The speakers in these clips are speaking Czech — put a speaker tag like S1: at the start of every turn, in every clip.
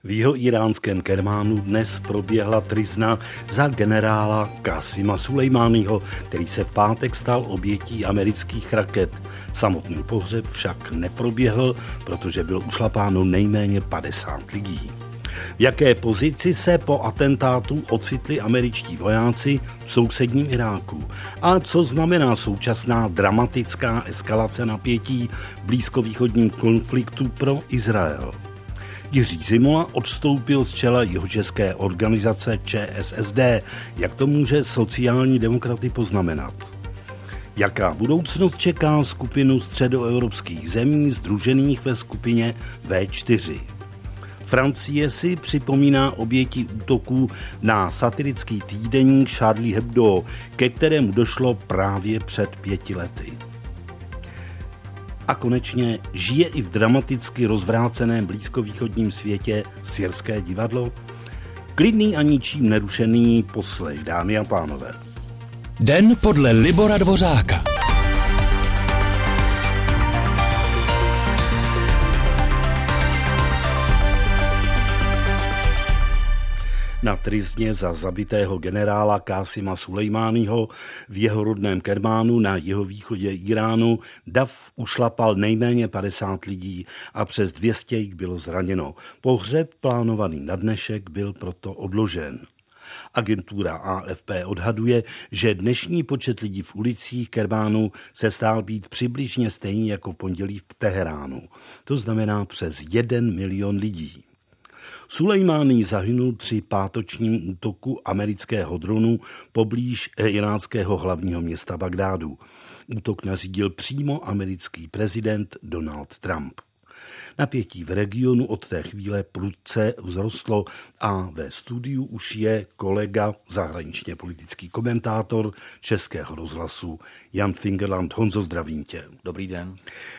S1: V jihoíránském Kermánu dnes proběhla tryzna za generála Qasima Sulejmáního, který se v pátek stal obětí amerických raket. Samotný pohřeb však neproběhl, protože bylo ušlapáno nejméně 50 lidí. V jaké pozici se po atentátu ocitli američtí vojáci v sousedním Iráku? A co znamená současná dramatická eskalace napětí v blízkovýchodním konfliktu pro Izrael? Jiří Zimola odstoupil z čela jihočeské organizace ČSSD. Jak to může sociální demokraty poznamenat? Jaká budoucnost čeká skupinu středoevropských zemí sdružených ve skupině V4? Francie si připomíná oběti útoků na satirický týdeník Charlie Hebdo, ke kterému došlo právě před 5 lety. A konečně žije i v dramaticky rozvráceném blízkovýchodním světě syrské divadlo? Klidný a ničím nerušený poslech, dámy a pánové.
S2: Den podle Libora Dvořáka.
S1: Na tryzně za zabitého generála Qasima Sulejmáního v jeho rodném Kermánu na jihovýchodě Iránu dav ušlapal nejméně 50 lidí a přes 200 jich bylo zraněno. Pohřeb plánovaný na dnešek byl proto odložen. Agentura AFP odhaduje, že dnešní počet lidí v ulicích Kermánu se stál být přibližně stejný jako v pondělí v Teheránu. To znamená přes 1 milion lidí. Sulejmání zahynul při pátočním útoku amerického dronu poblíž iráckého hlavního města Bagdádu. Útok nařídil přímo americký prezident Donald Trump. Napětí v regionu od té chvíle prudce vzrostlo a ve studiu už je kolega, zahraničně politický komentátor Českého rozhlasu Jan Fingerland. Honzo, zdravím tě.
S3: Dobrý den.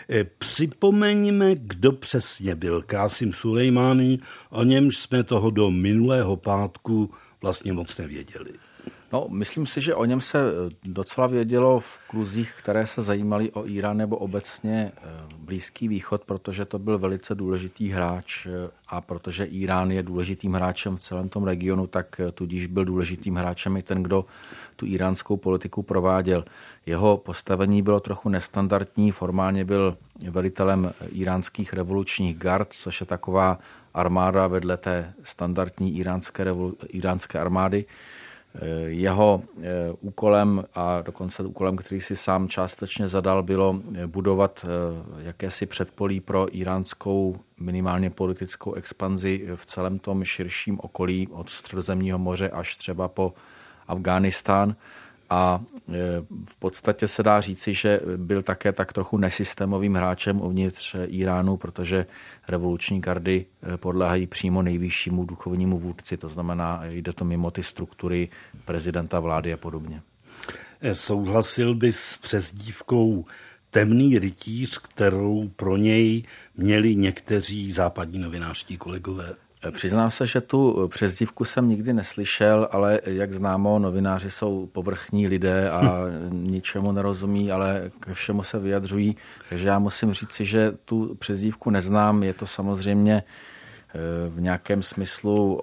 S1: Připomeňme, kdo přesně byl Qasim Sulejmání, o němž jsme toho do minulého pátku vlastně moc nevěděli.
S3: No, myslím si, že o něm se docela vědělo v kruzích, které se zajímaly o Irán nebo obecně Blízký východ, protože to byl velice důležitý hráč a protože Irán je důležitým hráčem v celém tom regionu, tak tudíž byl důležitým hráčem i ten, kdo tu iránskou politiku prováděl. Jeho postavení bylo trochu nestandardní, formálně byl velitelem iránských revolučních gard, což je taková armáda vedle té standardní iránské armády. Jeho úkolem a dokonce úkolem, který si sám částečně zadal, bylo budovat jakési předpolí pro iránskou minimálně politickou expanzi v celém tom širším okolí od Středozemního moře až třeba po Afghánistán. A v podstatě se dá říci, že byl také tak trochu nesystémovým hráčem uvnitř Iránu, protože revoluční gardy podléhají přímo nejvyššímu duchovnímu vůdci, to znamená, jde to mimo ty struktury prezidenta, vlády a podobně.
S1: Souhlasil bys s přezdívkou Temný rytíř, kterou pro něj měli někteří západní novinářští kolegové?
S3: Přiznám se, že tu přezdívku jsem nikdy neslyšel, ale jak známo, novináři jsou povrchní lidé a ničemu nerozumí, ale ke všemu se vyjadřují. Takže já musím říci, že tu přezdívku neznám. Je to samozřejmě v nějakém smyslu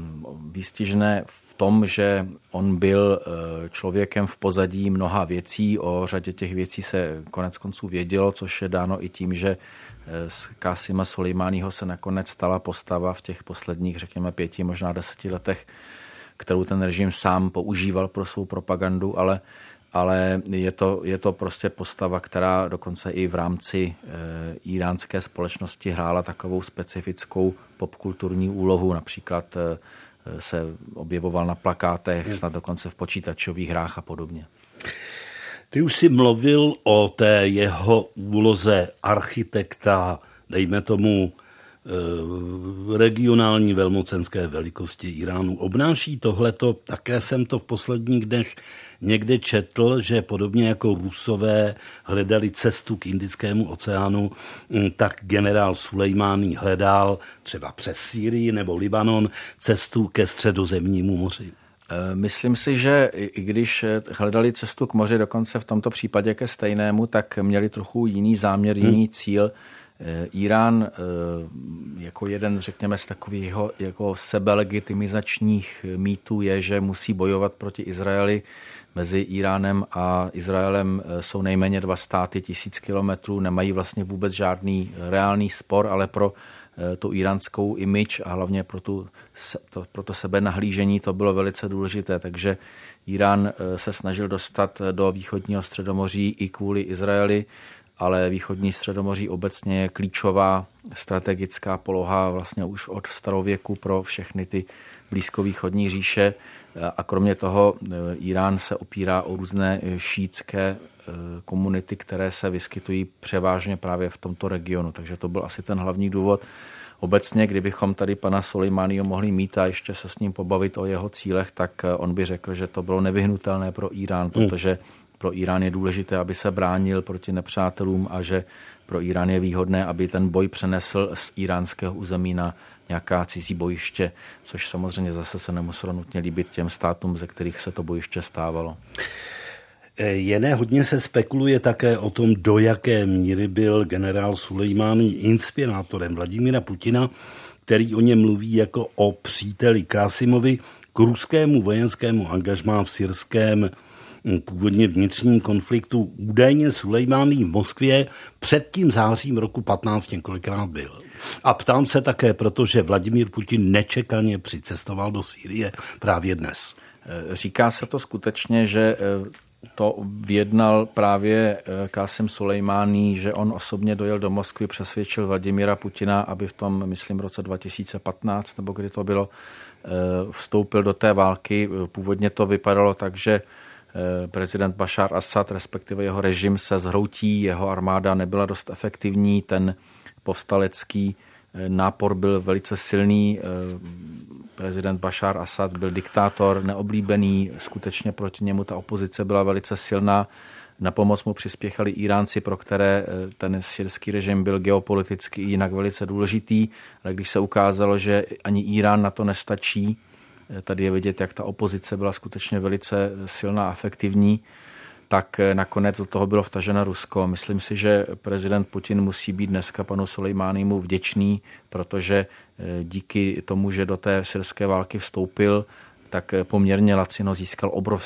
S3: výstižné v tom, že on byl člověkem v pozadí mnoha věcí. O řadě těch věcí se konec konců vědělo, což je dáno i tím, že z Qasima Sulejmáního se nakonec stala postava v těch posledních, řekněme, 5, možná 10 letech, kterou ten režim sám používal pro svou propagandu, ale je to prostě postava, která dokonce i v rámci iránské společnosti hrála takovou specifickou popkulturní úlohu. Například se objevoval na plakátech, snad dokonce v počítačových hrách a podobně.
S1: Ty už jsi mluvil o té jeho úloze architekta, dejme tomu regionální velmocenské velikosti Iránu. Obnáší tohleto, také jsem to v posledních dnech někde četl, že podobně jako Rusové hledali cestu k Indickému oceánu, tak generál Sulejmání hledal třeba přes Sýrii nebo Libanon cestu ke Středozemnímu moři.
S3: Myslím si, že i když hledali cestu k moři, dokonce v tomto případě ke stejnému, tak měli trochu jiný záměr, jiný cíl. Irán jako jeden, řekněme, z takových jako sebelegitimizačních mýtů je, že musí bojovat proti Izraeli. Mezi Iránem a Izraelem jsou nejméně 2 státy, 1000 kilometrů, nemají vlastně vůbec žádný reálný spor, ale pro tu iránskou image a hlavně pro to sebenahlížení to bylo velice důležité. Takže Irán se snažil dostat do východního Středomoří i kvůli Izraeli, ale východní Středomoří obecně je klíčová strategická poloha vlastně už od starověku pro všechny ty blízkovýchodní říše. A kromě toho Irán se opírá o různé šíitské komunity, které se vyskytují převážně právě v tomto regionu. Takže to byl asi ten hlavní důvod. Obecně, kdybychom tady pana Sulejmáního mohli mít a ještě se s ním pobavit o jeho cílech, tak on by řekl, že to bylo nevyhnutelné pro Irán, protože pro Irán je důležité, aby se bránil proti nepřátelům a že pro Irán je výhodné, aby ten boj přenesl z iránského území na nějaká cizí bojiště, což samozřejmě zase se nemuselo nutně líbit těm státům, ze kterých se to bojiště stávalo.
S1: Hodně se spekuluje také o tom, do jaké míry byl generál Sulejmání inspirátorem Vladimira Putina, který o něm mluví jako o příteli Kásimovi k ruskému vojenskému angažmá v syrském původně vnitřním konfliktu. Údajně Sulejmání v Moskvě před tím zářím roku 15 několikrát byl. A ptám se také, protože Vladimír Putin nečekaně přicestoval do Sýrie právě dnes.
S3: Říká se to skutečně, že to vyjednal právě Kásim Sulejmání, že on osobně dojel do Moskvy, přesvědčil Vladimíra Putina, aby v tom, myslím, roce 2015, nebo kdy to bylo, vstoupil do té války. Původně to vypadalo tak, že prezident Bašár Asad, respektive jeho režim, se zhroutí, jeho armáda nebyla dost efektivní, ten povstalecký nápor byl velice silný. Prezident Bašár Asad byl diktátor, neoblíbený, skutečně proti němu ta opozice byla velice silná. Na pomoc mu přispěchali Iránci, pro které ten syrský režim byl geopoliticky jinak velice důležitý, ale když se ukázalo, že ani Irán na to nestačí, tady je vidět, jak ta opozice byla skutečně velice silná a efektivní, tak nakonec do toho bylo vtaženo Rusko. Myslím si, že prezident Putin musí být dneska panu Sulejmánímu vděčný, protože díky tomu, že do té syrské války vstoupil, tak poměrně lacino získal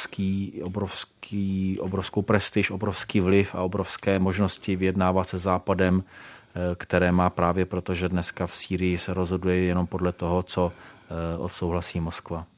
S3: obrovskou prestiž, obrovský vliv a obrovské možnosti vyjednávat se Západem, které má právě proto, že dneska v Sýrii se rozhoduje jenom podle toho, co odsouhlasí Moskva.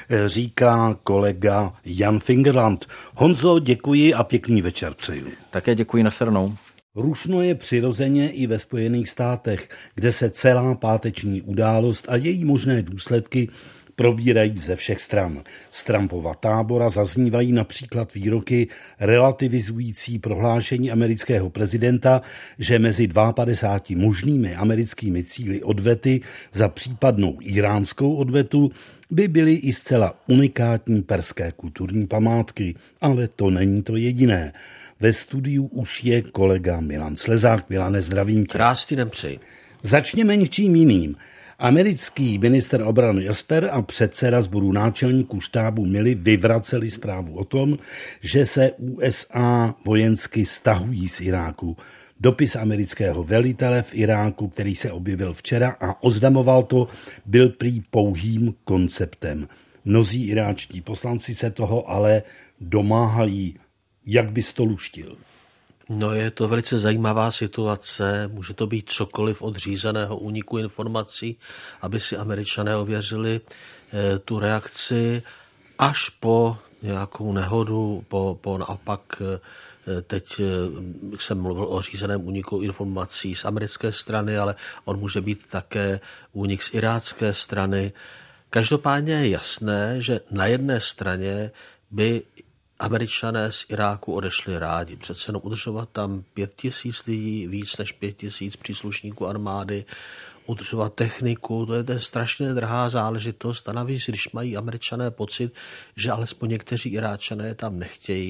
S1: Říká kolega Jan Fingerland. Honzo, děkuji a pěkný večer přeju.
S3: Také děkuji, nasrnou.
S1: Rušno je přirozeně i ve Spojených státech, kde se celá páteční událost a její možné důsledky probírají ze všech stran. Z Trumpova tábora zaznívají například výroky relativizující prohlášení amerického prezidenta, že mezi 52 možnými americkými cíli odvety za případnou iránskou odvetu by byly i zcela unikátní perské kulturní památky, ale to není to jediné. Ve studiu už je kolega Milan Slezák. Milane, zdravím tě.
S4: Krásný den přeji.
S1: Začněme něčím jiným. Americký ministr obrany Esper a předseda sboru náčelníků štábu Milley vyvraceli zprávu o tom, že se USA vojensky stahují z Iráku. Dopis amerického velitele v Iráku, který se objevil včera a oznamoval to, byl prý pouhým konceptem. Mnozí iráčtí poslanci se toho ale domáhají. Jak bys to luštil?
S4: No, je to velice zajímavá situace, může to být cokoliv od řízeného úniku informací, aby si Američané ověřili tu reakci až po nějakou nehodu, po naopak teď jsem mluvil o řízeném úniku informací z americké strany, ale on může být také únik z irácké strany. Každopádně je jasné, že na jedné straně by Američané z Iráku odešli rádi. Přece jenom udržovat tam 5000 lidí, víc než 5000 příslušníků armády, udržovat techniku, to je strašně drahá záležitost a navíc, když mají Američané pocit, že alespoň někteří Iráčané tam nechtějí,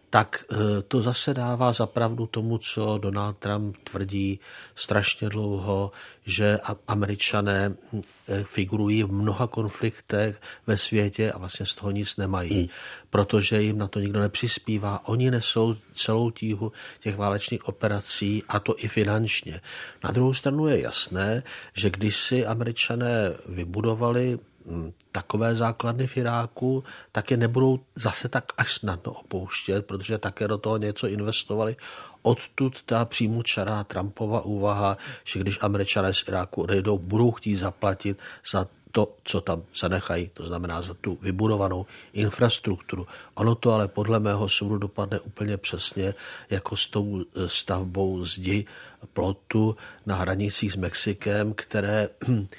S4: tak to zase dává za pravdu tomu, co Donald Trump tvrdí strašně dlouho, že Američané figurují v mnoha konfliktech ve světě a vlastně z toho nic nemají, protože jim na to nikdo nepřispívá. Oni nesou celou tíhu těch válečných operací, a to i finančně. Na druhou stranu je jasné, že když si Američané vybudovali takové základny v Iráku, tak je nebudou zase tak až snadno opouštět, protože také do toho něco investovali. Odtud ta přímočará Trumpova úvaha, že když Američané z Iráku odejdou, budou chtít zaplatit za to, co tam zanechají, to znamená za tu vybudovanou infrastrukturu. Ono to ale podle mého soudu dopadne úplně přesně jako s tou stavbou zdi plotu na hranicích s Mexikem, které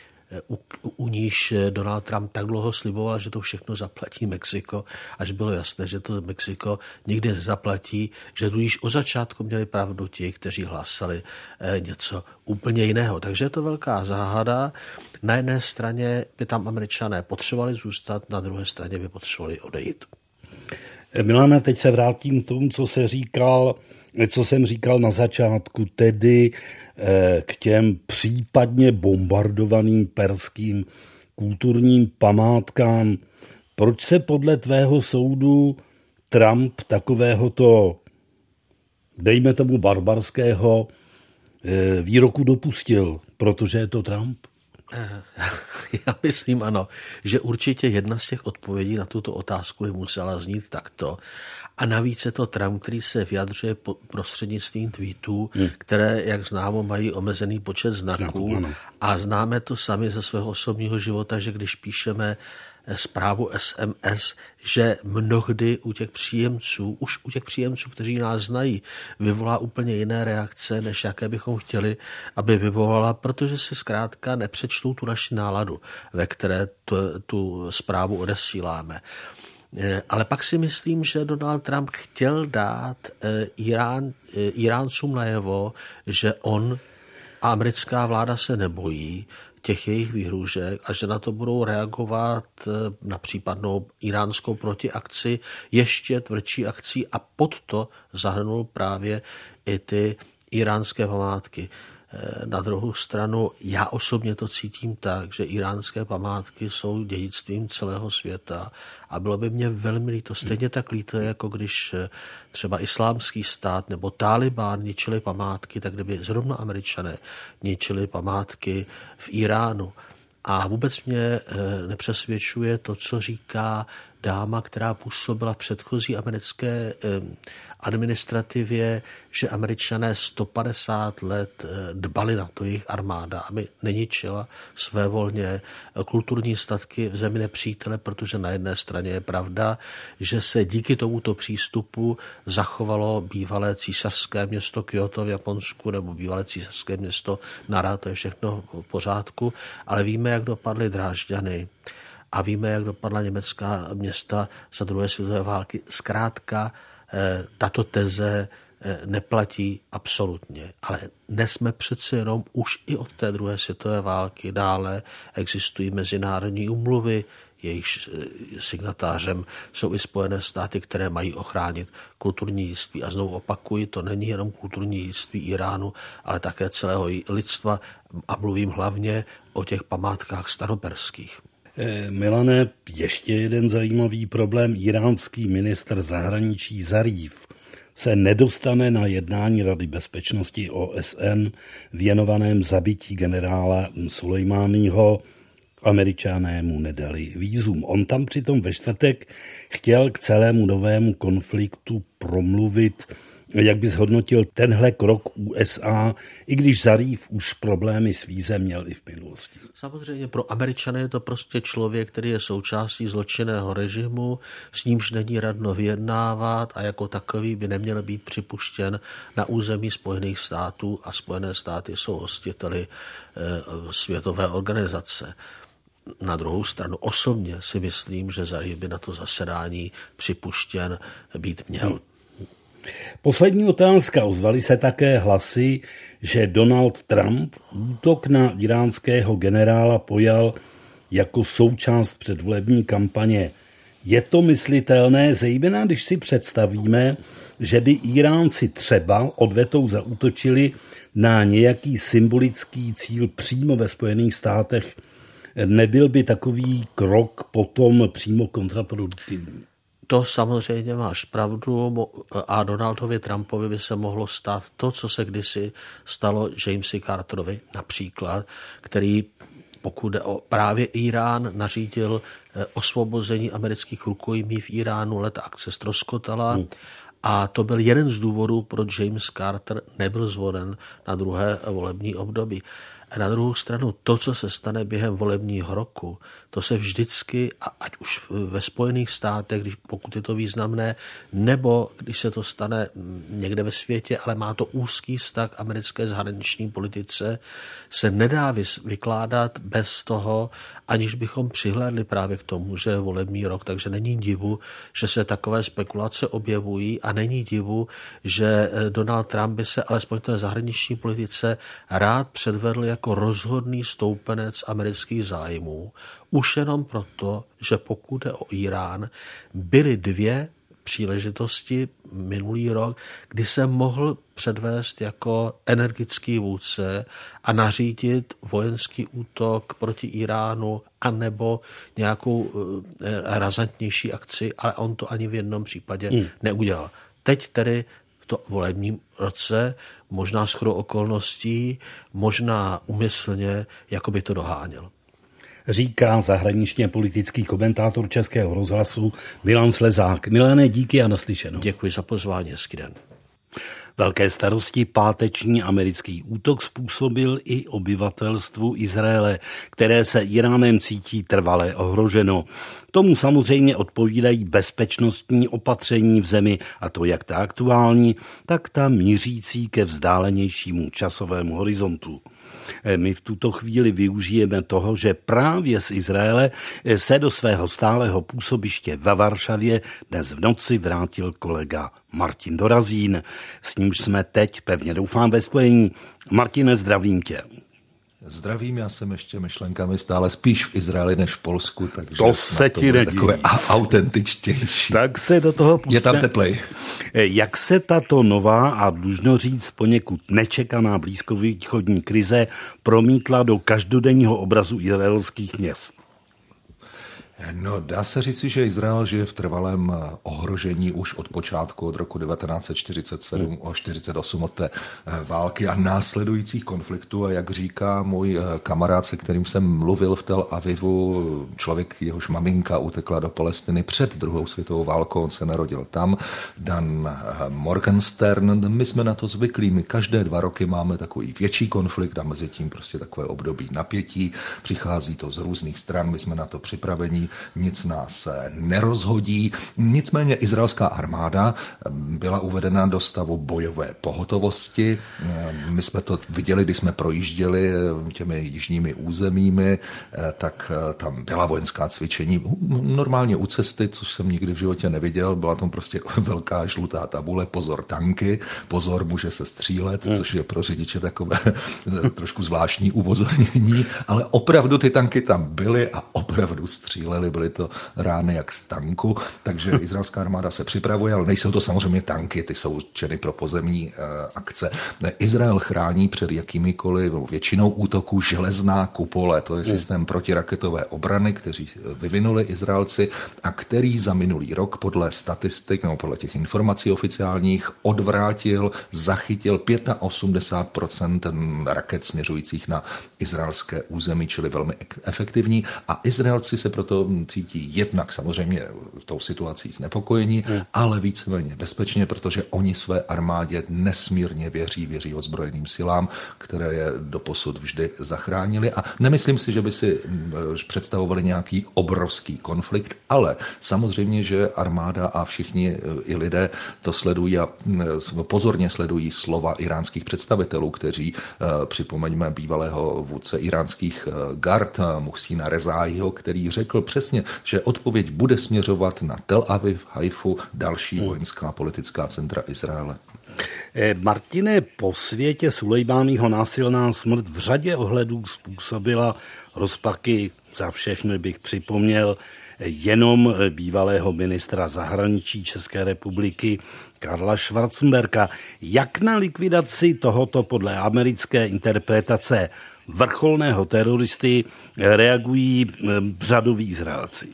S4: u níž Donald Trump tak dlouho sliboval, že to všechno zaplatí Mexiko, až bylo jasné, že to Mexiko nikdy nezaplatí, že tu již od začátku měli pravdu ti, kteří hlásali něco úplně jiného. Takže je to velká záhada. Na jedné straně by tam Američané potřebovali zůstat, na druhé straně by potřebovali odejít.
S1: Milane, teď se vrátím k tomu, co jsem říkal na začátku, tedy k těm případně bombardovaným perským kulturním památkám. Proč se podle tvého soudu Trump takovéhoto, dejme tomu barbarského, výroku dopustil? Protože je to Trump?
S4: Já myslím ano, že určitě jedna z těch odpovědí na tuto otázku by musela znít takto. A navíc je to Trump, který se vyjadřuje prostřednictvím tweetů, které, jak známo, mají omezený počet znaků. A známe to sami ze svého osobního života, že když píšeme zprávu SMS, že mnohdy u těch příjemců, kteří nás znají, vyvolá úplně jiné reakce, než jaké bychom chtěli, aby vyvolala, protože si zkrátka nepřečtou tu naši náladu, ve které tu zprávu odesíláme. Ale pak si myslím, že Donald Trump chtěl dát Iráncům najevo, že on a americká vláda se nebojí těch jejich výhrůžek a že na to budou reagovat na případnou iránskou protiakci ještě tvrdší akcí a pod to zahrnul právě i ty iránské památky. Na druhou stranu já osobně to cítím tak, že iránské památky jsou dědictvím celého světa a bylo by mě velmi líto, stejně tak líto, jako když třeba Islámský stát nebo Tálibán ničili památky, tak kdyby zrovna Američané ničili památky v Iránu. A vůbec mě nepřesvědčuje to, co říká dáma, která působila v předchozí americké administrativě, že Američané 150 let dbali na to jejich armáda, aby neničila svévolně kulturní statky v zemi nepřítele, protože na jedné straně je pravda, že se díky tomuto přístupu zachovalo bývalé císařské město Kyoto v Japonsku nebo bývalé císařské město Nara, to je všechno v pořádku, ale víme, jak dopadly Drážďany a víme, jak dopadla německá města za druhé světové války. Zkrátka tato teze neplatí absolutně. Ale dnes jsme přece jenom už i od té druhé světové války dále existují mezinárodní úmluvy, jejichž signatářem jsou i Spojené státy, které mají ochránit kulturní dědictví. A znovu opakuji, to není jenom kulturní dědictví Iránu, ale také celého lidstva a mluvím hlavně o těch památkách staroperských.
S1: Milane, ještě jeden zajímavý problém. Iránský ministr zahraničí Zaríf se nedostane na jednání Rady bezpečnosti OSN věnovaném zabití generála Sulejmáního. Američané mu nedali vízum. On tam přitom ve čtvrtek chtěl k celému novému konfliktu promluvit. Jak bys hodnotil tenhle krok USA, i když Zaríf už problémy s vízem měl i v minulosti?
S4: Samozřejmě pro Američany je to prostě člověk, který je součástí zločinného režimu, s nímž není radno vyjednávat a jako takový by neměl být připuštěn na území Spojených států a Spojené státy jsou hostiteli světové organizace. Na druhou stranu osobně si myslím, že Zaríf by na to zasedání připuštěn být měl.
S1: Poslední otázka. Ozvaly se také hlasy, že Donald Trump útok na iránského generála pojal jako součást předvolební kampaně. Je to myslitelné, zejména když si představíme, že by Iránci třeba odvetou zaútočili na nějaký symbolický cíl přímo ve Spojených státech, nebyl by takový krok potom přímo kontraproduktivní?
S4: To samozřejmě máš pravdu a Donaldovi Trumpovi by se mohlo stát to, co se kdysi stalo Jamesi Carterovi například, který, pokud jde o právě Irán, nařídil osvobození amerických rukojmí v Iránu, let akce ztroskotala. A to byl jeden z důvodů, proč James Carter nebyl zvolen na druhé volební období. A na druhou stranu to, co se stane během volebního roku, to se vždycky, ať už ve Spojených státech, pokud je to významné, nebo když se to stane někde ve světě, ale má to úzký vztah k americké zahraniční politice, se nedá vykládat bez toho, aniž bychom přihlédli právě k tomu, že je volební rok, takže není divu, že se takové spekulace objevují a není divu, že Donald Trump by se alespoň v té zahraniční politice rád předvedl jako rozhodný stoupenec amerických zájmů, už jenom proto, že pokud jde o Irán, byly dvě příležitosti minulý rok, kdy se mohl předvést jako energický vůdce a nařídit vojenský útok proti Iránu anebo nějakou razantnější akci, ale on to ani v jednom případě neudělal. Teď tedy v to volebním roce, možná shodou okolností, možná úmyslně, jako by to doháněl.
S1: Říká zahraničně politický komentátor Českého rozhlasu Milan Slezák. Milane, díky a naslyšenou.
S4: Děkuji za pozvání, hezký den.
S1: Velké starosti páteční americký útok způsobil i obyvatelstvu Izraele, které se Iránem cítí trvale ohroženo. Tomu samozřejmě odpovídají bezpečnostní opatření v zemi, a to jak ta aktuální, tak ta mířící ke vzdálenějšímu časovému horizontu. My v tuto chvíli využijeme toho, že právě z Izraele se do svého stálého působiště ve Varšavě dnes v noci vrátil kolega Martin Dorazín. S nímž jsme teď, pevně doufám, ve spojení. Martine, zdravím tě.
S5: Zdravím, já jsem ještě myšlenkami stále spíš v Izraeli než v Polsku, takže
S1: to se ti nedíví.
S5: Takové autentičtější.
S1: Tak se do toho pustíme.
S5: Je tam teplej.
S1: Jak se tato nová a dlužno říct poněkud nečekaná blízkovýchodní krize promítla do každodenního obrazu izraelských měst?
S5: No, dá se říci, že Izrael žije v trvalém ohrožení už od počátku, od roku 1947 a 48 od té války a následujících konfliktů. A jak říká můj kamarád, se kterým jsem mluvil v Tel Avivu, člověk, jehož maminka utekla do Palestiny před druhou světovou válkou, on se narodil tam, Dan Morgenstern, my jsme na to zvyklí, my každé 2 roky máme takový větší konflikt a mezi tím prostě takové období napětí, přichází to z různých stran, my jsme na to připraveni, nic nás nerozhodí. Nicméně izraelská armáda byla uvedena do stavu bojové pohotovosti. My jsme to viděli, když jsme projížděli těmi jižními územími, tak tam byla vojenská cvičení. Normálně u cesty, což jsem nikdy v životě neviděl, byla tam prostě velká žlutá tabule, pozor tanky, pozor může se střílet, což je pro řidiče takové trošku zvláštní upozornění, ale opravdu ty tanky tam byly a opravdu střílely. Byly to rány jak z tanku, takže izraelská armáda se připravuje, ale nejsou to samozřejmě tanky, ty jsou určeny pro pozemní akce. Izrael chrání před jakýmikoliv většinou útoků železná kupole, to je systém protiraketové obrany, který vyvinuli Izraelci a který za minulý rok podle statistik, nebo podle těch informací oficiálních zachytil 85% raket směřujících na izraelské území, čili velmi efektivní a Izraelci se proto cítí jednak samozřejmě tou situací znepokojení, ale víceméně bezpečně, protože oni své armádě nesmírně věří ozbrojeným silám, které je doposud vždy zachránili a nemyslím si, že by si představovali nějaký obrovský konflikt, ale samozřejmě, že armáda a všichni i lidé to sledují a pozorně sledují slova iránských představitelů, kteří, připomeňme bývalého vůdce iránských gard Muhsína Rezáího, který řekl přesně, že odpověď bude směřovat na Tel Aviv, Haifu, další vojenská politická centra Izraele.
S1: Martine, po světě Sulejmáního násilná smrt v řadě ohledů způsobila rozpaky, za všechny bych připomněl jenom bývalého ministra zahraničí České republiky Karla Schwarzenberga. Jak na likvidaci tohoto podle americké interpretace vrcholného teroristy reagují řadoví Izraelci?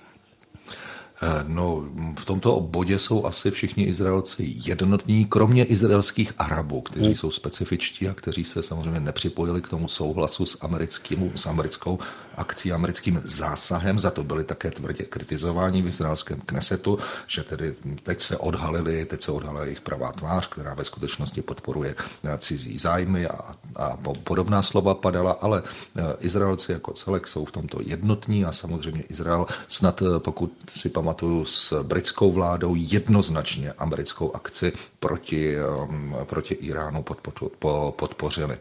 S5: No, v tomto bodě jsou asi všichni Izraelci jednotní, kromě izraelských Arabů, kteří jsou specifičtí a kteří se samozřejmě nepřipojili k tomu souhlasu s americkou akcí, americkým zásahem. Za to byli také tvrdě kritizováni v izraelském Knesetu, že tedy teď se odhalila jejich pravá tvář, která ve skutečnosti podporuje cizí zájmy a podobná slova padala, ale Izraelci jako celek jsou v tomto jednotní a samozřejmě Izrael snad, pokud si pamatuju, s britskou vládou jednoznačně americkou akci proti Iránu podpořili.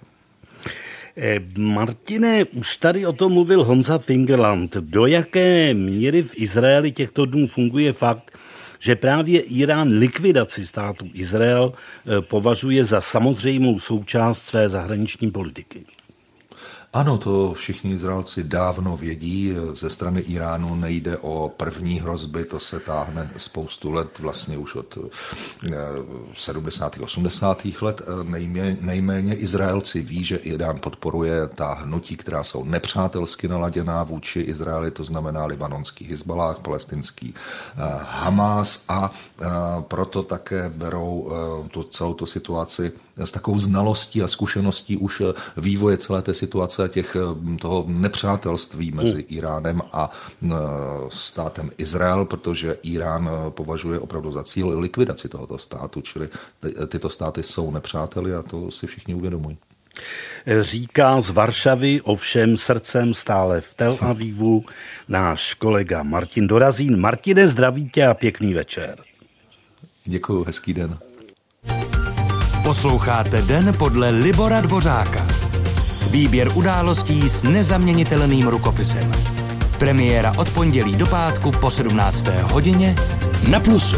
S1: Martine, už tady o tom mluvil Honza Fingerland. Do jaké míry v Izraeli těchto dnů funguje fakt, že právě Irán likvidaci státu Izrael považuje za samozřejmou součást své zahraniční politiky?
S5: Ano, to všichni Izraelci dávno vědí. Ze strany Iránu nejde o první hrozby, to se táhne spoustu let, vlastně už od 70. 80. let. Nejméně Izraelci ví, že Irán podporuje ta hnutí, která jsou nepřátelsky naladěná vůči Izraeli, to znamená libanonský Hizballáh, palestinský Hamás a proto také berou celou tu situaci s takovou znalostí a zkušeností už vývoje celé té situace toho nepřátelství mezi Iránem a státem Izrael, protože Irán považuje opravdu za cíl likvidaci tohoto státu, čili tyto státy jsou nepřáteli a to si všichni uvědomují.
S1: Říká z Varšavy, ovšem srdcem stále v Tel Avivu, náš kolega Martin Dorazín. Martine, zdraví tě a pěkný večer.
S5: Děkuju, hezký den.
S2: Posloucháte Den podle Libora Dvořáka. Výběr událostí s nezaměnitelným rukopisem. Premiéra od pondělí do pátku po 17. hodině na Plusu.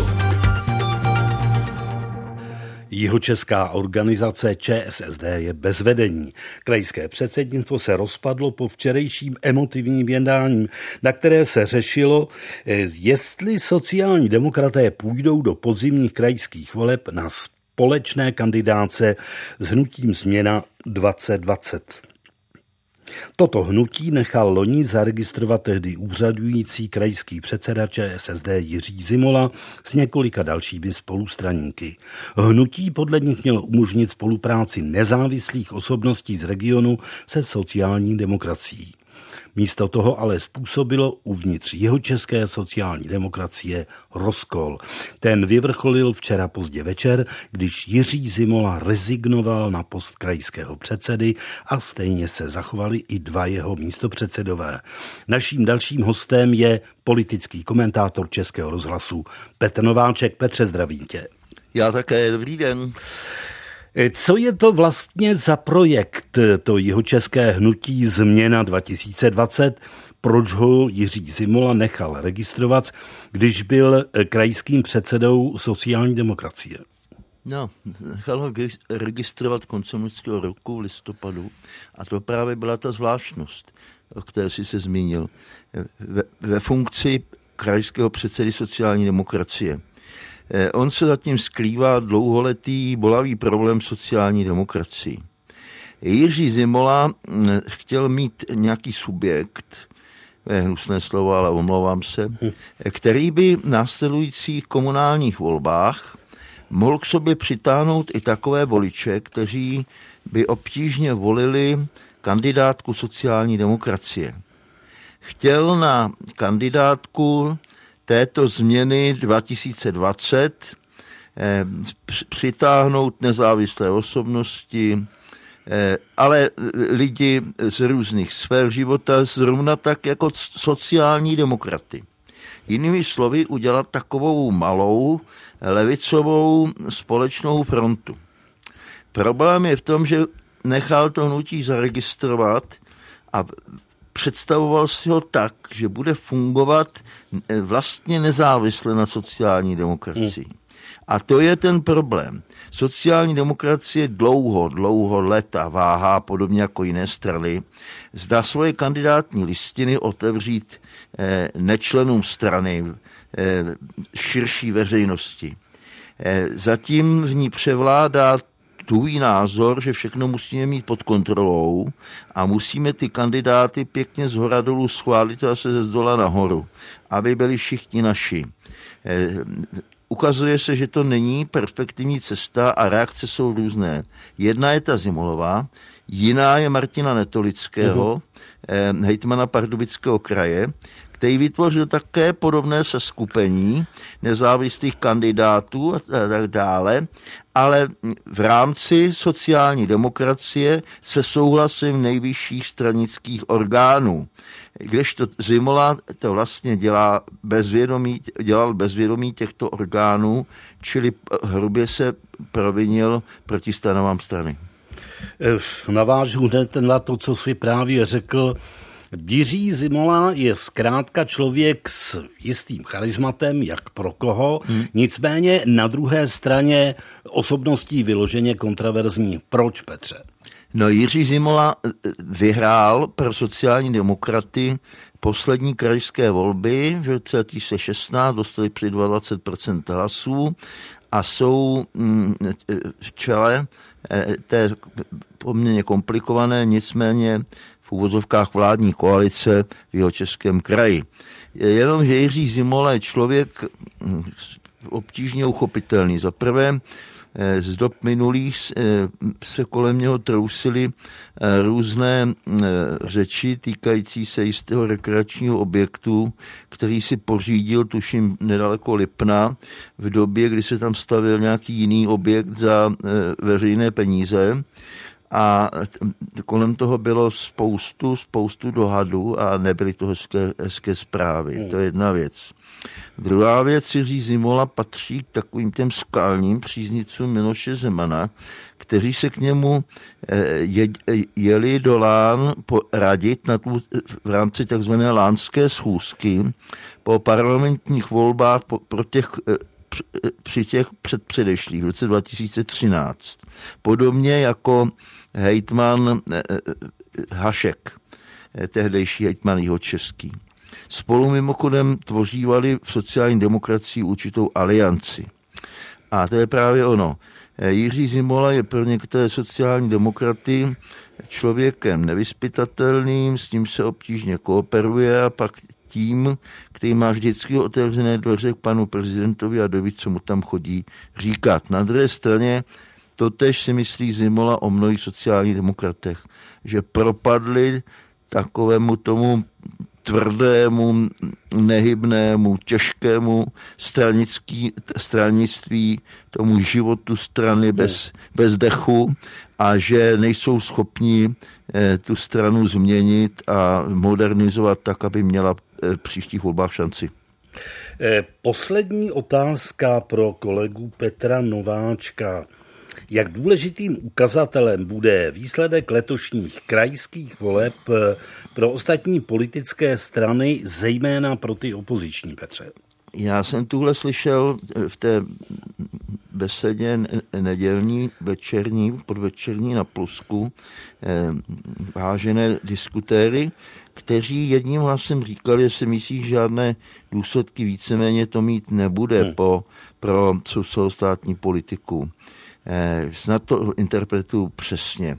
S1: Jihočeská organizace ČSSD je bez vedení. Krajské předsednictvo se rozpadlo po včerejším emotivním jednání, na které se řešilo, jestli sociální demokraté půjdou do podzimních krajských voleb na společné kandidáce s hnutím Změna 2020. Toto hnutí nechal loni zaregistrovat tehdy úřadující krajský předseda ČSSD Jiří Zimola s několika dalšími spolustraníky. Hnutí podle nich mělo umožnit spolupráci nezávislých osobností z regionu se sociální demokracií. Místo toho ale způsobilo uvnitř jihočeské sociální demokracie rozkol. Ten vyvrcholil včera pozdě večer, když Jiří Zimola rezignoval na post krajského předsedy a stejně se zachovali i dva jeho místopředsedové. Naším dalším hostem je politický komentátor Českého rozhlasu Petr Nováček. Petře, zdravím tě.
S6: Já také, dobrý den.
S1: Co je to vlastně za projekt, to jihočeské hnutí Změna 2020? Proč ho Jiří Zimola nechal registrovat, když byl krajským předsedou sociální demokracie?
S6: No, nechal ho registrovat koncem loňského roku v listopadu a to právě byla ta zvláštnost, o které jsi se zmínil, ve funkci krajského předsedy sociální demokracie. On se zatím skrývá dlouholetý bolavý problém sociální demokracii. Jiří Zimola chtěl mít nějaký subjekt, hnusné slovo, ale omlouvám se, který by v následujících komunálních volbách mohl k sobě přitáhnout i takové voliče, kteří by obtížně volili kandidátku sociální demokracie. Chtěl na kandidátku této změny 2020 přitáhnout nezávislé osobnosti, ale lidi z různých sfér života, zrovna tak jako sociální demokraty. Jinými slovy, udělat takovou malou levicovou společnou frontu. Problém je v tom, že nechal to hnutí zaregistrovat a představoval si ho tak, že bude fungovat vlastně nezávisle na sociální demokracii. A to je ten problém. Sociální demokracie dlouho leta váhá, podobně jako jiné strany, zda svoje kandidátní listiny otevřít nečlenům strany, širší veřejnosti. Zatím v ní převládá tvůj názor, že všechno musíme mít pod kontrolou a musíme ty kandidáty pěkně zhora dolů schválit a se ze zdola nahoru, aby byli všichni naši. Ukazuje se, že to není perspektivní cesta a reakce jsou různé. Jedna je ta Zimolová, jiná je Martina Netolického, hejtmana Pardubického kraje, který vytvořil také podobné seskupení nezávislých kandidátů a tak dále, ale v rámci sociální demokracie se souhlasem nejvyšších stranických orgánů. Kdežto Zimola to vlastně dělal bez vědomí těchto orgánů, čili hrubě se provinil proti stanovám strany.
S1: Navážu hned na to, co si právě řekl. Jiří Zimola je zkrátka člověk s jistým charismatem, jak pro koho, nicméně na druhé straně osobností vyloženě kontroverzní. Proč, Petře?
S6: No, Jiří Zimola vyhrál pro sociální demokraty poslední krajské volby v roce 2016, dostali při 22% hlasů a jsou v čele té poměrně komplikované, nicméně v úvozovkách vládní koalice v Jihočeském kraji. Jenomže Jiří Zimola je člověk obtížně uchopitelný. Za prvé, z dob minulých se kolem něho trousily různé řeči týkající se jistého rekreačního objektu, který si pořídil, tuším, nedaleko Lipna, v době, kdy se tam stavil nějaký jiný objekt za veřejné peníze. A kolem toho bylo spoustu dohadů a nebyly to hezké zprávy. To je jedna věc. Druhá věc, Jiří Zimola patří k takovým těm skalním příznivcům Miloše Zemana, kteří se k němu jeli do Lán poradit v rámci takzvané lánské schůzky po parlamentních volbách při těch předpředešlých v roce 2013. Podobně jako hejtman Hašek, tehdejší hejtman jihočeský. Spolu mimochodem tvořívali v sociální demokracii určitou alianci. A to je právě ono. Jiří Zimola je pro některé sociální demokraty člověkem nevyzpytatelným, s ním se obtížně kooperuje a pak tím, který má vždycky otevřené dveře k panu prezidentovi a doví, co mu tam chodí říkat. Na druhé straně totéž si myslí Zimola o mnohých sociálních demokratech, že propadli takovému tomu tvrdému, nehybnému, těžkému stranictví, tomu životu strany bez dechu a že nejsou schopni tu stranu změnit a modernizovat tak, aby měla v příštích volbách šanci.
S1: Poslední otázka pro kolegu Petra Nováčka. Jak důležitým ukazatelem bude výsledek letošních krajských voleb pro ostatní politické strany, zejména pro ty opoziční, Petře?
S6: Já jsem tuhle slyšel v té besedě nedělní, večerní, podvečerní na Plusku vážené diskutéry, kteří jedním hlasem říkali, že si myslí, že žádné důsledky víceméně to mít nebude pro celostátní politiku. Snad to interpretuju přesně.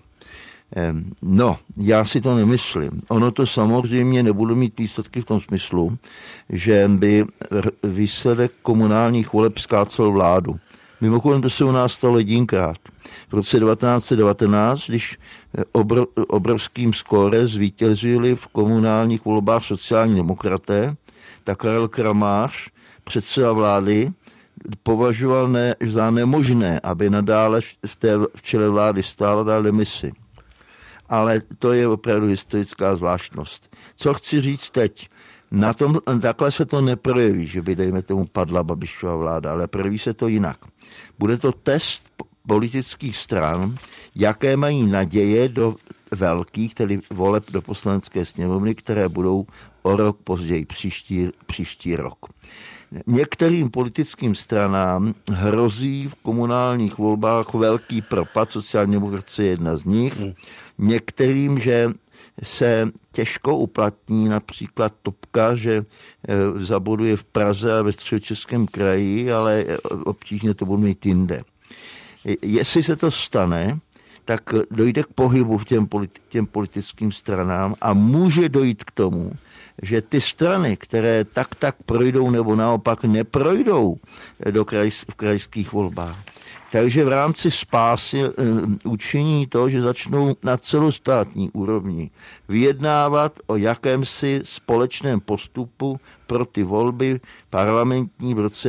S6: No, já si to nemyslím. Ono to samozřejmě nebude mít výsledky v tom smyslu, že by výsledek komunálních voleb skácel vládu. Mimochodem to se u nás stalo jedinkrát. V roce 1919, když obrovským skóre zvítězili v komunálních volbách sociální demokraté, tak Karel Kramář, předseda vlády, považoval za nemožné, aby nadále v čele vlády stál a dal demisi. Ale to je opravdu historická zvláštnost. Co chci říct teď? Takhle se to neprojeví, že by, dejme tomu, padla Babišova vláda, ale projeví se to jinak. Bude to test politických stran, jaké mají naděje do velkých, tedy voleb do poslanecké sněmovny, které budou o rok později, příští rok. Některým politickým stranám hrozí v komunálních volbách velký propad, sociální demokracie je jedna z nich. Některým, že se těžko uplatní, například Topka, že zaboduje v Praze a ve Středočeském kraji, ale obtížně to bude mít jinde. Jestli se to stane, tak dojde k pohybu v těm politickým stranám a může dojít k tomu, že ty strany, které tak projdou nebo naopak neprojdou v krajských volbách, takže v rámci spásy učiní to, že začnou na celostátní úrovni vyjednávat o jakémsi společném postupu pro ty volby parlamentní v roce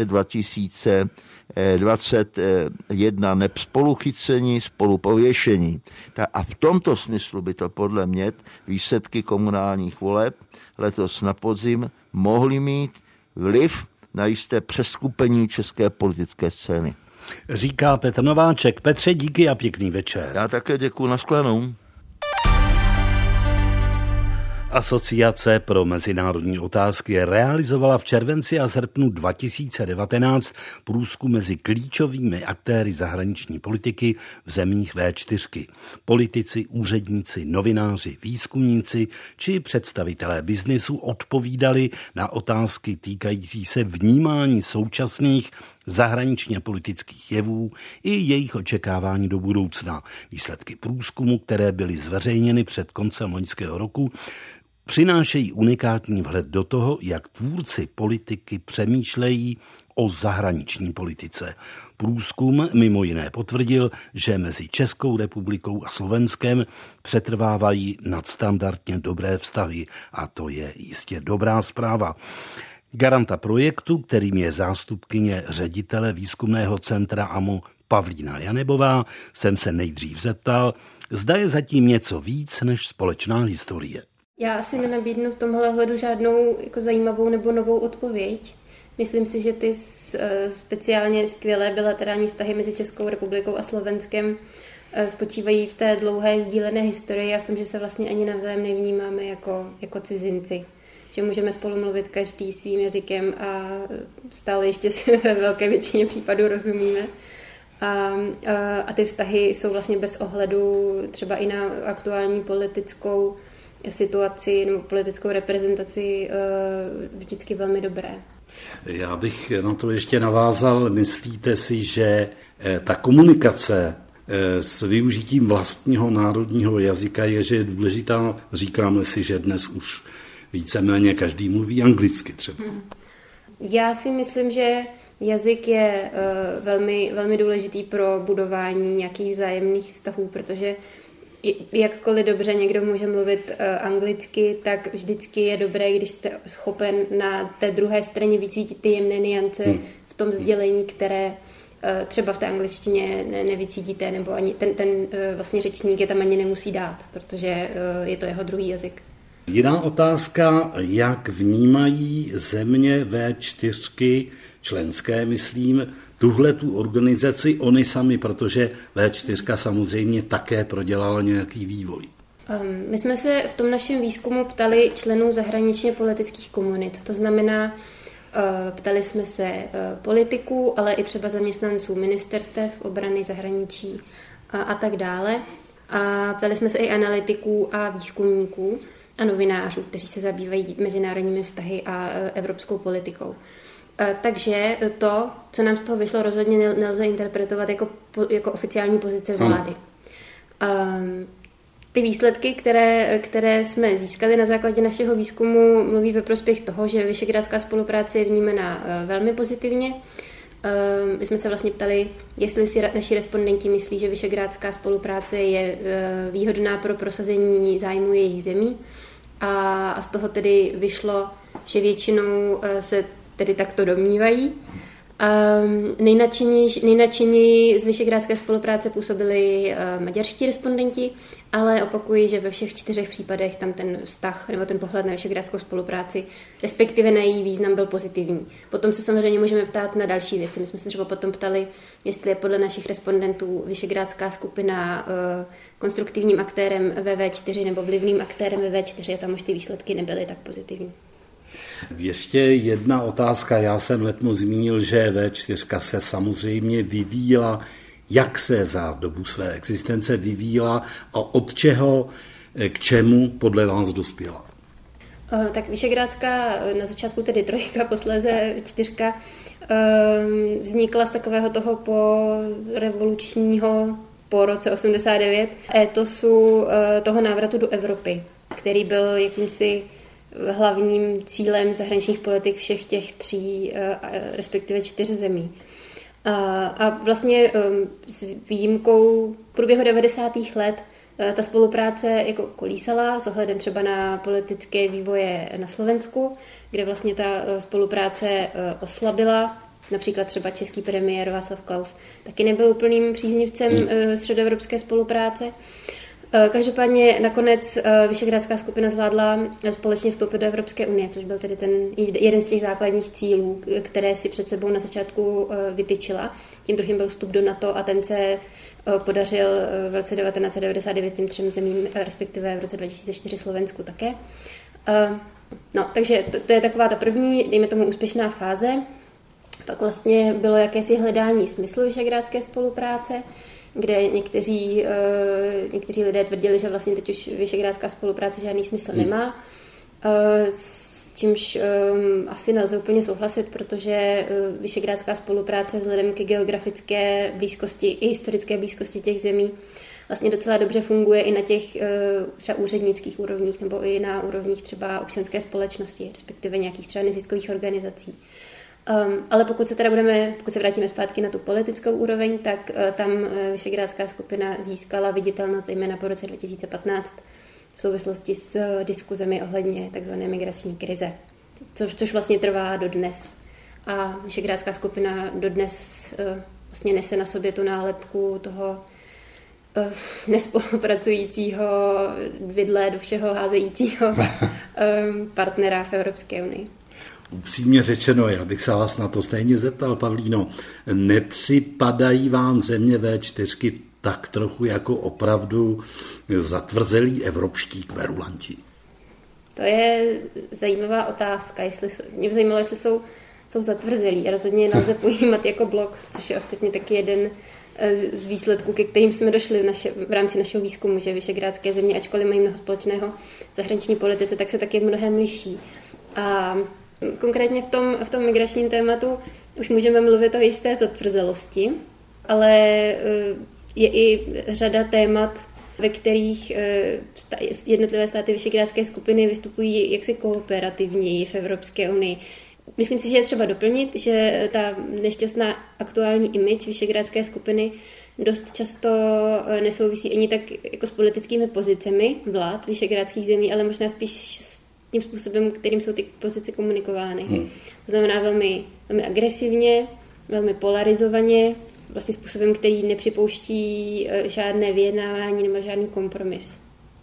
S6: 2021 spoluchycení, spolupověšení. A v tomto smyslu by to podle mě výsledky komunálních voleb letos na podzim mohly mít vliv na jisté přeskupení české politické scény.
S1: Říká Petr Nováček. Petře, díky a pěkný večer.
S6: Já také děkuji, nashledanou.
S1: Asociace pro mezinárodní otázky realizovala v červenci a srpnu 2019 průzkum mezi klíčovými aktéry zahraniční politiky v zemích V4. Politici, úředníci, novináři, výzkumníci či představitelé biznesu odpovídali na otázky týkající se vnímání současných zahraničně politických jevů i jejich očekávání do budoucna. Výsledky průzkumu, které byly zveřejněny před koncem loňského roku, přinášejí unikátní vhled do toho, jak tvůrci politiky přemýšlejí o zahraniční politice. Průzkum mimo jiné potvrdil, že mezi Českou republikou a Slovenskem přetrvávají nadstandardně dobré vztahy a to je jistě dobrá zpráva. Garanta projektu, kterým je zástupkyně ředitele výzkumného centra AMO Pavlína Janebová, jsem se nejdřív zeptal, zda je zatím něco víc než společná historie.
S7: Já asi nenabídnu v tomhle hledu žádnou jako zajímavou nebo novou odpověď. Myslím si, že ty speciálně skvělé bilaterální vztahy mezi Českou republikou a Slovenskem spočívají v té dlouhé sdílené historii a v tom, že se vlastně ani navzájem nevnímáme jako cizinci. Že můžeme spolu mluvit každý svým jazykem a stále ještě si ve velké většině případů rozumíme. A ty vztahy jsou vlastně bez ohledu třeba i na aktuální politickou situaci nebo politickou reprezentaci vždycky velmi dobré.
S1: Já bych na to ještě navázal. Myslíte si, že ta komunikace s využitím vlastního národního jazyka je, že je důležitá? Říkáme si, že dnes už víceméně každý mluví anglicky třeba.
S7: Já si myslím, že jazyk je velmi, velmi důležitý pro budování nějakých vzájemných vztahů, protože jakkoliv dobře někdo může mluvit anglicky, tak vždycky je dobré, když jste schopen na té druhé straně vycítit ty jemné niance v tom sdělení, které třeba v té angličtině nevycítíte, nebo ani ten vlastně řečník je tam ani nemusí dát, protože je to jeho druhý jazyk.
S1: Jiná otázka, jak vnímají země V4, členské, myslím, tuhletu organizaci oni sami, protože V4 samozřejmě také prodělala nějaký vývoj.
S7: My jsme se v tom našem výzkumu ptali členů zahraničně politických komunit. To znamená, ptali jsme se politiků, ale i třeba zaměstnanců ministerstev, obrany, zahraničí a tak dále. A ptali jsme se i analytiků a výzkumníků a novinářů, kteří se zabývají mezinárodními vztahy a evropskou politikou. Takže to, co nám z toho vyšlo, rozhodně nelze interpretovat jako oficiální pozice vlády. Ty výsledky, které jsme získali na základě našeho výzkumu, mluví ve prospěch toho, že visegrádská spolupráce je vnímána velmi pozitivně. My jsme se vlastně ptali, jestli si naši respondenti myslí, že visegrádská spolupráce je výhodná pro prosazení zájmu jejich zemí. A z toho tedy vyšlo, že většinou se tedy takto domnívají. Nejnadšeněji z visegrádské spolupráce působili maďarští respondenti, ale opakuji, že ve všech 4 případech tam ten vztah nebo ten pohled na visegrádskou spolupráci, respektive na její význam, byl pozitivní. Potom se samozřejmě můžeme ptát na další věci. My jsme se třeba potom ptali, jestli je podle našich respondentů visegrádská skupina konstruktivním aktérem ve V4 nebo vlivným aktérem ve V4 a tam už ty výsledky nebyly tak pozitivní.
S1: Ještě jedna otázka. Já jsem letmo zmínil, že V4 se samozřejmě vyvíjela. Jak se za dobu své existence vyvíjela a od čeho k čemu podle vás dospěla?
S7: Tak Visegrádská, na začátku tedy 3, posléze 4, vznikla z takového toho revolučního po roce 89 étosu toho návratu do Evropy, který byl jakýmsi hlavním cílem zahraničních politik všech těch 3, respektive 4 zemí. A vlastně s výjimkou průběhu 90. let ta spolupráce jako kolísala s ohledem třeba na politické vývoje na Slovensku, kde vlastně ta spolupráce oslabila. Například třeba český premiér Václav Klaus taky nebyl úplným příznivcem středoevropské spolupráce. Každopádně nakonec Visegrádská skupina zvládla společně vstoupit do Evropské unie, což byl tedy ten jeden z těch základních cílů, které si před sebou na začátku vytyčila. Tím druhým byl vstup do NATO a ten se podařil v roce 1999 těm 3 zemím, respektive v roce 2004 Slovensku také. Takže to je taková ta první, dejme tomu, úspěšná fáze. Pak vlastně bylo jakési hledání smyslu visegrádské spolupráce, kde někteří lidé tvrdili, že vlastně teď už visegrádská spolupráce žádný smysl nemá, s čímž asi nelze úplně souhlasit, protože visegrádská spolupráce vzhledem ke geografické blízkosti i historické blízkosti těch zemí vlastně docela dobře funguje i na těch třeba úřednických úrovních nebo i na úrovních třeba občanské společnosti, respektive nějakých třeba neziskových organizací. Ale pokud se vrátíme zpátky na tu politickou úroveň, tak tam Visegrádská skupina získala viditelnost zejména po roce 2015 v souvislosti s diskuzemi ohledně tzv. Migrační krize, což vlastně trvá dodnes. A Visegrádská skupina dodnes vlastně nese na sobě tu nálepku toho nespolupracujícího, vidle do všeho házejícího partnera v Evropské unii.
S1: Upřímně řečeno, já bych se vás na to stejně zeptal, Pavlíno, nepřipadají vám země V4 tak trochu jako opravdu zatvrzelí evropští kverulanti? To
S7: je zajímavá otázka. Mě by zajímalo, jestli jsou zatvrzelí. Rozhodně nelze pojímat jako blok, což je ostatně taky jeden z výsledků, ke kterým jsme došli v rámci našeho výzkumu, že visegrádské země, ačkoliv mají mnoho společného v zahraniční politice, tak se taky mnohem liší. A konkrétně v tom migračním tématu už můžeme mluvit o jisté zatvrzelosti, ale je i řada témat, ve kterých jednotlivé státy visegrádské skupiny vystupují jaksi kooperativněji v Evropské unii. Myslím si, že je třeba doplnit, že ta nešťastná aktuální image visegrádské skupiny dost často nesouvisí ani tak jako s politickými pozicemi vlád visegrádských zemí, ale možná spíš s tím způsobem, kterým jsou ty pozice komunikovány. To znamená velmi, velmi agresivně, velmi polarizovaně, vlastně způsobem, který nepřipouští žádné vyjednávání nebo žádný kompromis.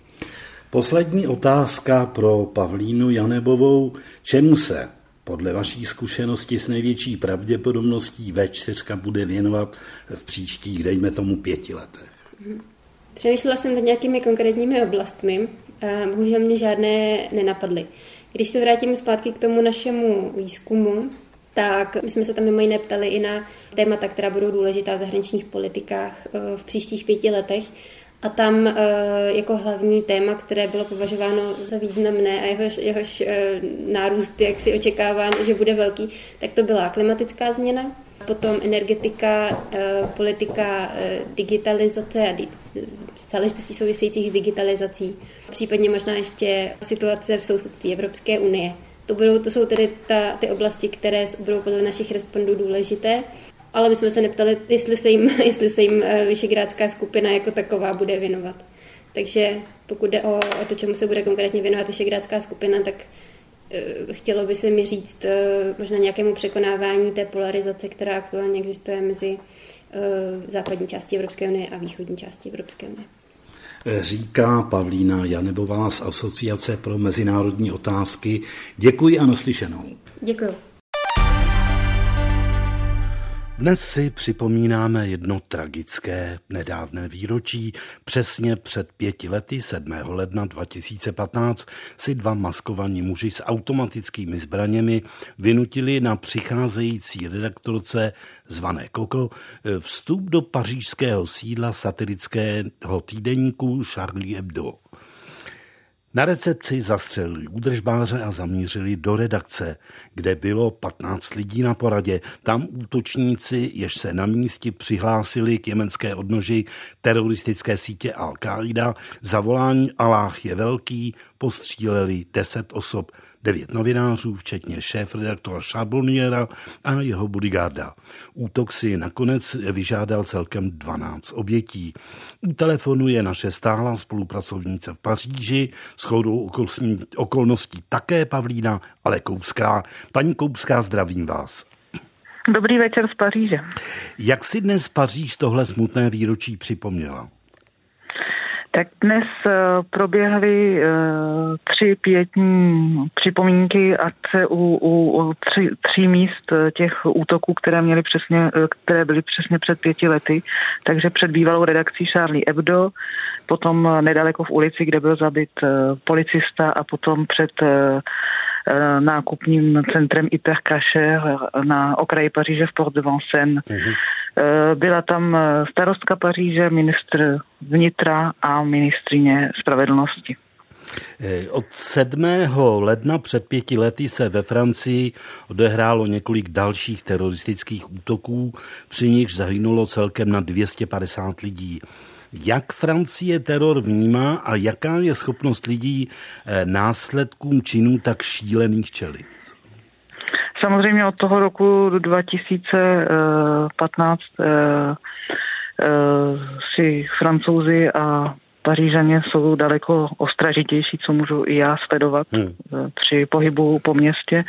S1: Poslední otázka pro Pavlínu Janebovou. Čemu se podle vaší zkušenosti s největší pravděpodobností V4 bude věnovat v příštích, dejme tomu, 5 letech?
S7: Přemýšlela jsem nad nějakými konkrétními oblastmi a bohužel mě žádné nenapadly. Když se vrátíme zpátky k tomu našemu výzkumu, tak my jsme se tam mimo jiné ptali i na témata, která budou důležitá v zahraničních politikách v příštích 5 letech. A tam jako hlavní téma, které bylo považováno za významné a jehož nárůst, jak si očekáván, že bude velký, tak to byla klimatická změna, potom energetika, politika digitalizace a záležitosti souvisejících s digitalizací, případně možná ještě situace v sousedství Evropské unie. To jsou tedy ty oblasti, které budou podle našich respondů důležité, ale my jsme se neptali, jestli se jim visegrádská skupina jako taková bude věnovat. Takže pokud jde o to, čemu se bude konkrétně věnovat visegrádská skupina, tak chtělo by se mi říct možná nějakému překonávání té polarizace, která aktuálně existuje mezi západní částí Evropské unie a východní částí Evropské unie.
S1: Říká Pavlína Janebová z Asociace pro mezinárodní otázky. Děkuji a naslyšenou.
S7: Děkuji.
S1: Dnes si připomínáme jedno tragické nedávné výročí. Přesně před 5 lety, 7. ledna 2015, si 2 maskovaní muži s automatickými zbraněmi vynutili na přicházející redaktorce zvané Coco vstup do pařížského sídla satirického týdeníku Charlie Hebdo. Na recepci zastřelili údržbáře a zamířili do redakce, kde bylo 15 lidí na poradě. Tam útočníci, jež se na místě přihlásili k jemenské odnoži teroristické sítě Al-Qaida, zavolání Aláh je velký, postříleli 10 osob, 9 novinářů, včetně šéfredaktora Charbonniera a jeho bodyguarda. Útok si nakonec vyžádal celkem 12 obětí. U telefonu je naše stálá spolupracovnice v Paříži, shodou okolností také Pavlína, ale Koubská. Paní Koubská, zdravím vás.
S8: Dobrý večer z Paříže.
S1: Jak si dnes Paříž tohle smutné výročí připomněla?
S8: Tak dnes proběhly 3 pietní připomínky akce u 3 míst těch útoků, které byly přesně před 5 lety. Takže před bývalou redakcí Charlie Hebdo, potom nedaleko v ulici, kde byl zabit policista, a potom před nákupním centrem Hypercacher na okraji Paříže v Port de Vincennes. Byla tam starostka Paříže, ministr vnitra a ministryně spravedlnosti.
S1: Od 7. ledna před 5 lety se ve Francii odehrálo několik dalších teroristických útoků, při nichž zahynulo celkem na 250 lidí. Jak Francie teror vnímá a jaká je schopnost lidí následkům činů tak šílených čelit?
S8: Samozřejmě od toho roku 2015 si Francouzi a Pařížané jsou daleko ostražitější, co můžu i já sledovat při pohybu po městě.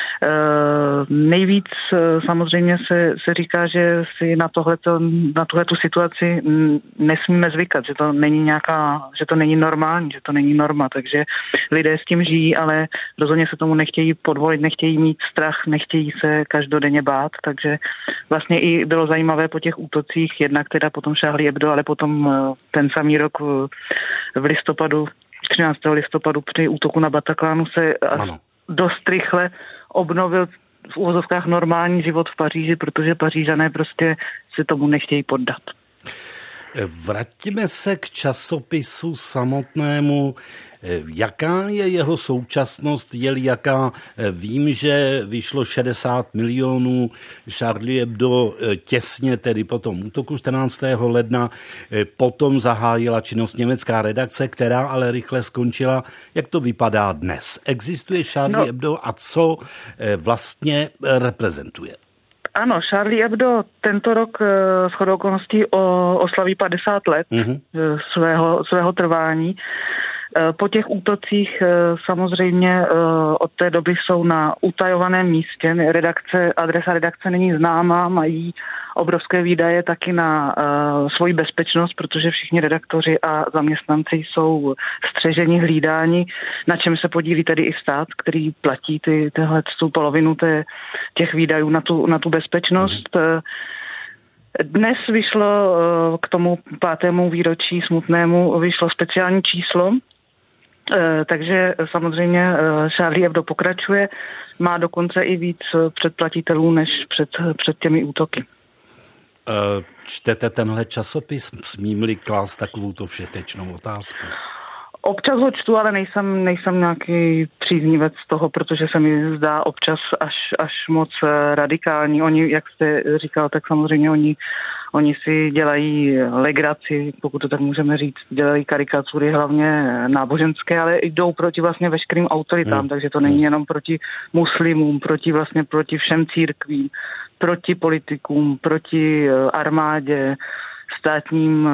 S8: Nejvíc samozřejmě se říká, že si na tuhletu situaci nesmíme zvykat, že to není normální, že to není norma, takže lidé s tím žijí, ale rozhodně se tomu nechtějí podvolit, nechtějí mít strach, nechtějí se každodenně bát, takže vlastně i bylo zajímavé po těch útocích, jednak teda potom Charlie Hebdo, ale potom ten samý rok v listopadu, 13. listopadu při útoku na Bataclanu se dost rychle obnovil v uvozovkách normální život v Paříži, protože Pařížané prostě se tomu nechtějí poddat.
S1: Vraťme se k časopisu samotnému. Jaká je jeho současnost, je-li jaká? Vím, že vyšlo 60 milionů, Charlie Hebdo těsně tedy po tom útoku 14. ledna, potom zahájila činnost německá redakce, která ale rychle skončila. Jak to vypadá dnes? Existuje Charlie Hebdo a co vlastně reprezentuje?
S8: Ano, Charlie Hebdo tento rok shodou okolností oslaví 50 let svého trvání. Po těch útocích samozřejmě od té doby jsou na utajovaném místě. Adresa redakce není známá, mají obrovské výdaje taky na svoji bezpečnost, protože všichni redaktoři a zaměstnanci jsou střeženi, hlídáni, na čem se podílí tedy i stát, který platí tu polovinu těch výdajů na tu bezpečnost. Dnes vyšlo k tomu 5. výročí smutnému vyšlo speciální číslo, takže samozřejmě Charlie Hebdo pokračuje, má dokonce i víc předplatitelů než před těmi útoky.
S1: Čtete tenhle časopis? Smím-li klást takovouto všetečnou otázku?
S8: Občas ho čtu, ale nejsem nějaký příznivec toho, protože se mi zdá občas až moc radikální. Oni, jak jste říkal, tak samozřejmě oni si dělají legraci, pokud to tak můžeme říct, dělají karikatury hlavně náboženské, ale jdou proti vlastně veškerým autoritám, takže to není jenom proti muslimům, proti všem církvím, proti politikům, proti armádě, státním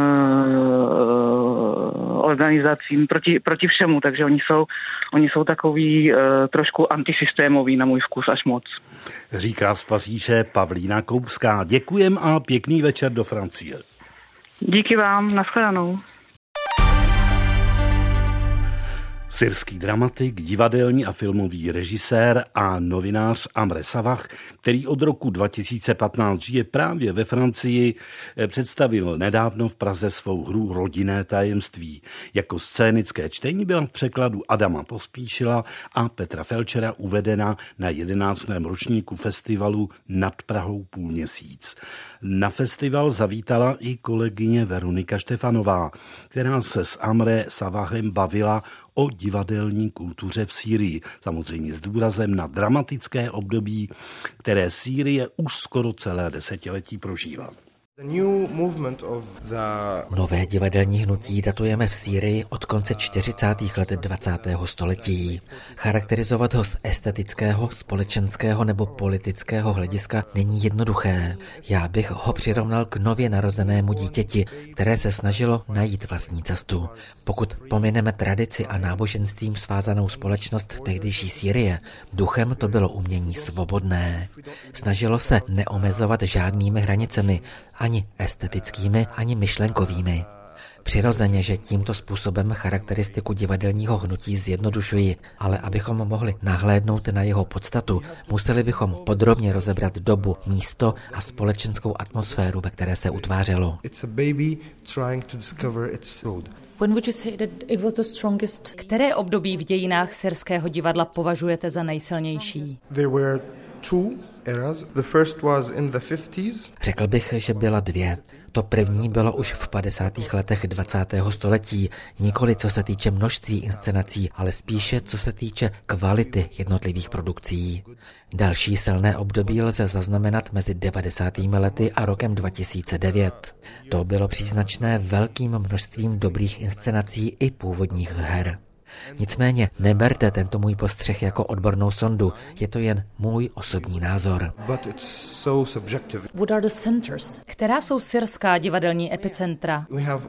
S8: organizacím, proti všemu, takže oni jsou takový trošku antisystémový na můj vkus až moc.
S1: Říká z Paříže Pavlína Koubská. Děkujem a pěkný večer do Francie.
S8: Díky vám, nashledanou.
S1: Syrský dramatik, divadelní a filmový režisér a novinář Amre Savah, který od roku 2015 žije právě ve Francii, představil nedávno v Praze svou hru Rodinné tajemství. Jako scénické čtení byla v překladu Adama Pospíšila a Petra Felčera uvedena na 11. ročníku festivalu Nad Prahou půlměsíc. Na festival zavítala i kolegyně Veronika Štefanová, která se s Amre Savahem bavila o divadelní kultuře v Sýrii, samozřejmě s důrazem na dramatické období, které Sýrie už skoro celé desetiletí prožívá.
S9: Nové divadelní hnutí datujeme v Sýrii od konce 40. let 20. století. Charakterizovat ho z estetického, společenského nebo politického hlediska není jednoduché. Já bych ho přirovnal k nově narozenému dítěti, které se snažilo najít vlastní cestu. Pokud pomineme tradici a náboženstvím svázanou společnost tehdejší Sýrie, duchem to bylo umění svobodné. Snažilo se neomezovat žádnými hranicemi, ani estetickými, ani myšlenkovými. Přirozeně, že tímto způsobem charakteristiku divadelního hnutí zjednodušuji, ale abychom mohli nahlédnout na jeho podstatu, museli bychom podrobně rozebrat dobu, místo a společenskou atmosféru, ve které se utvářelo.
S10: Které období v dějinách syrského divadla považujete za nejsilnější?
S9: Řekl bych, že byla dvě. To první bylo už v 50. letech 20. století, nikoli co se týče množství inscenací, ale spíše co se týče kvality jednotlivých produkcí. Další silné období lze zaznamenat mezi 90. lety a rokem 2009. To bylo příznačné velkým množstvím dobrých inscenací i původních her. Nicméně neberte tento můj postřeh jako odbornou sondu, je to jen můj osobní názor.
S10: Která jsou syrská divadelní epicentra?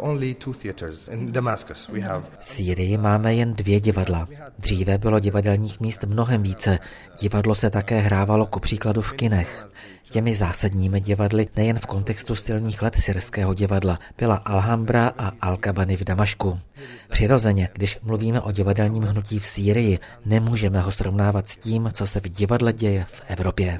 S9: V Sýrii máme jen 2 divadla. Dříve bylo divadelních míst mnohem více. Divadlo se také hrávalo kupříkladu v kinech. Těmi zásadními divadly nejen v kontextu silných let syrského divadla byla Alhambra a Al-Kabani v Damašku. Přirozeně, když mluvíme o divadelním hnutí v Sýrii, nemůžeme ho srovnávat s tím, co se v divadle děje v Evropě.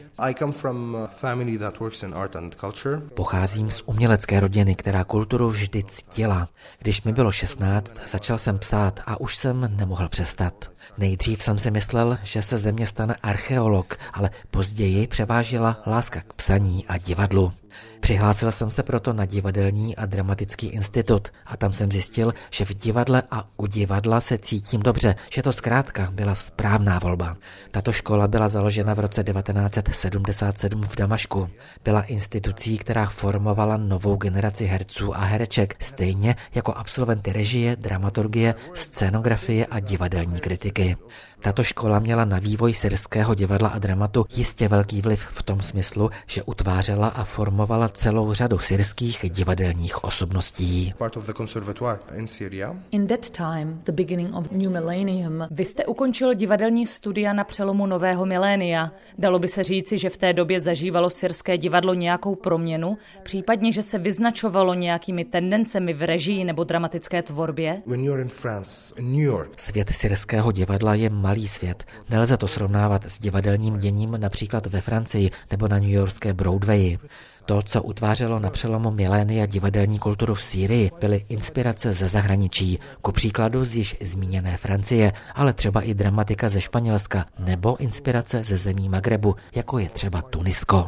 S9: Pocházím z umělecké rodiny, která kulturu vždy ctila. Když mi bylo 16, začal jsem psát a už jsem nemohl přestat. Nejdřív jsem si myslel, že se ze mě stane archeolog, ale později převážila láska k psaní a divadlu. Přihlásil jsem se proto na divadelní a dramatický institut a tam jsem zjistil, že v divadle a u divadla se cítím dobře, že to zkrátka byla správná volba. Tato škola byla založena v roce 1977 v Damašku. Byla institucí, která formovala novou generaci herců a hereček, stejně jako absolventy režie, dramaturgie, scénografie a divadelní kritiky. Tato škola měla na vývoj syrského divadla a dramatu jistě velký vliv v tom smyslu, že utvářela a formovala celou řadu syrských divadelních osobností.
S10: Vy jste ukončil divadelní studia na přelomu nového milénia. Dalo by se říci, že v té době zažívalo syrské divadlo nějakou proměnu, případně, že se vyznačovalo nějakými tendencemi v režii nebo dramatické tvorbě?
S9: Svět syrského divadla je malý svět. Nelze to srovnávat s divadelním děním například ve Francii nebo na newyorské Broadwayi. To, co utvářelo na přelomu milénia divadelní kulturu v Sýrii, byly inspirace ze zahraničí, ku příkladu z již zmíněné Francie, ale třeba i dramatika ze Španělska nebo inspirace ze zemí Magrebu, jako je třeba Tunisko.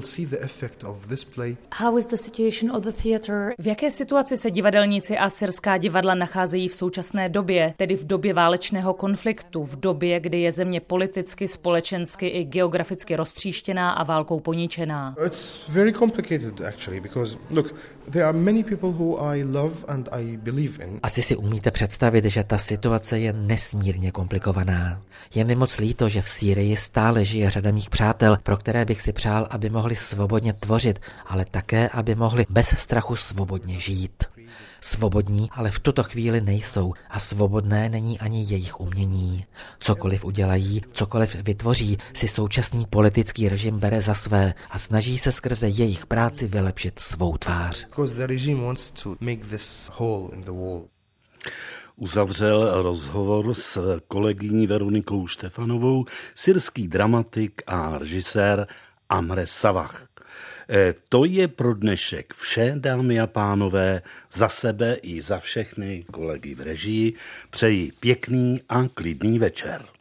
S10: V jaké situaci se divadelníci a syrská divadla nacházejí v současné době, tedy v době válečného konfliktu, v době, kdy je země politicky, společensky i geograficky roztříštěná a válkou poničená?
S9: Asi si umíte představit, že ta situace je nesmírně komplikovaná. Je mi moc líto, že v Sýrii stále žije řada mých přátel, pro které bych si přál, aby mohli svobodně tvořit, ale také, aby mohli bez strachu svobodně žít. Svobodní ale v tuto chvíli nejsou a svobodné není ani jejich umění. Cokoliv udělají, cokoliv vytvoří, si současný politický režim bere za své a snaží se skrze jejich práci vylepšit svou tvář.
S1: uzavřel rozhovor s kolegyní Veronikou Štefanovou syrský dramatik a režisér Amre Savach. To je pro dnešek vše, dámy a pánové, za sebe i za všechny kolegy v režii. Přeji pěkný a klidný večer.